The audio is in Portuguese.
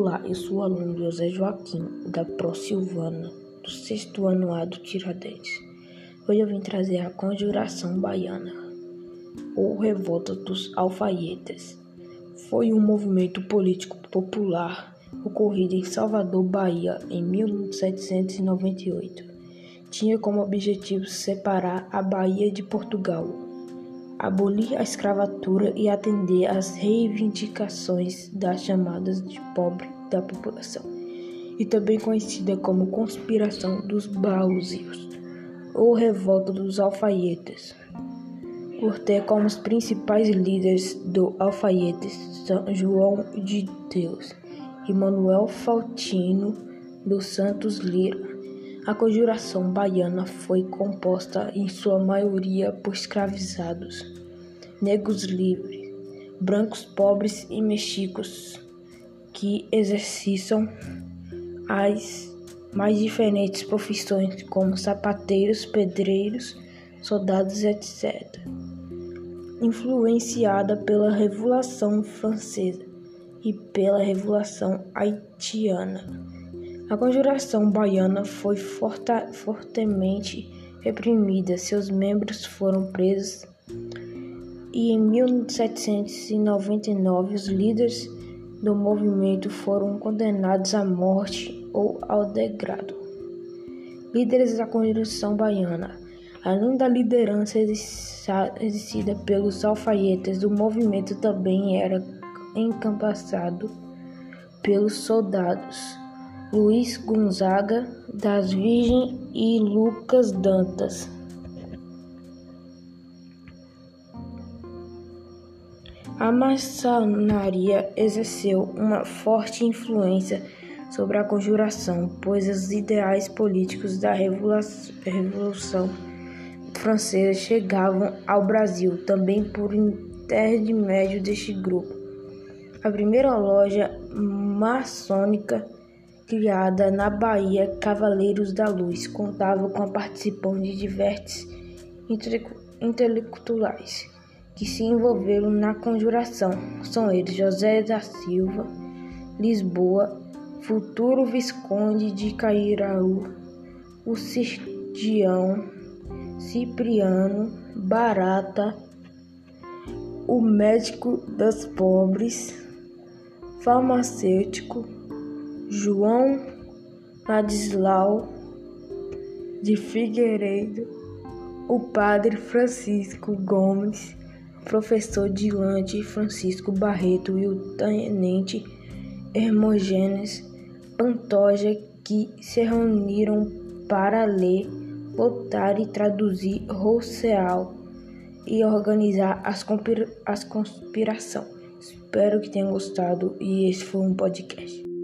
Olá, eu sou o aluno José Joaquim, da Pro Silvana, do 6º ano A do Tiradentes. Hoje eu vim trazer a Conjuração Baiana, ou Revolta dos Alfaiates. Foi um movimento político popular ocorrido em Salvador, Bahia, em 1798. Tinha como objetivo separar a Bahia de Portugal, abolir a escravatura e atender às reivindicações das chamadas de pobre da população, e também conhecida como Conspiração dos Búzios, ou Revolta dos Alfaiates, por ter como os principais líderes do alfaiates São João de Deus e Manuel Faustino dos Santos Lira. A Conjuração Baiana foi composta em sua maioria por escravizados, negros livres, brancos pobres e mexicos, que exercitam as mais diferentes profissões como sapateiros, pedreiros, soldados, etc. Influenciada pela Revolução Francesa e pela Revolução Haitiana. A Conjuração Baiana foi fortemente reprimida, seus membros foram presos e em 1799 os líderes do movimento foram condenados à morte ou ao degredo. Líderes da Conjuração Baiana. Além da liderança exercida pelos alfaiates, o movimento também era encabeçado pelos soldados Luiz Gonzaga das Virgens e Lucas Dantas. A maçonaria exerceu uma forte influência sobre a Conjuração, pois os ideais políticos da Revolução Francesa chegavam ao Brasil também por intermédio deste grupo. A primeira loja maçônica criada na Bahia, Cavaleiros da Luz, contava com a participação de diversos intelectuais que se envolveram na conjuração. São eles José da Silva, Lisboa, futuro Visconde de Cairaú, o Cipriano Barata, o médico dos pobres, farmacêutico João Ladislau de Figueiredo, o padre Francisco Gomes, professor Dilante Francisco Barreto e o tenente Hermógenes Pantoja, que se reuniram para ler, votar e traduzir Rousseau e organizar as conspirações. Espero que tenham gostado e esse foi um podcast.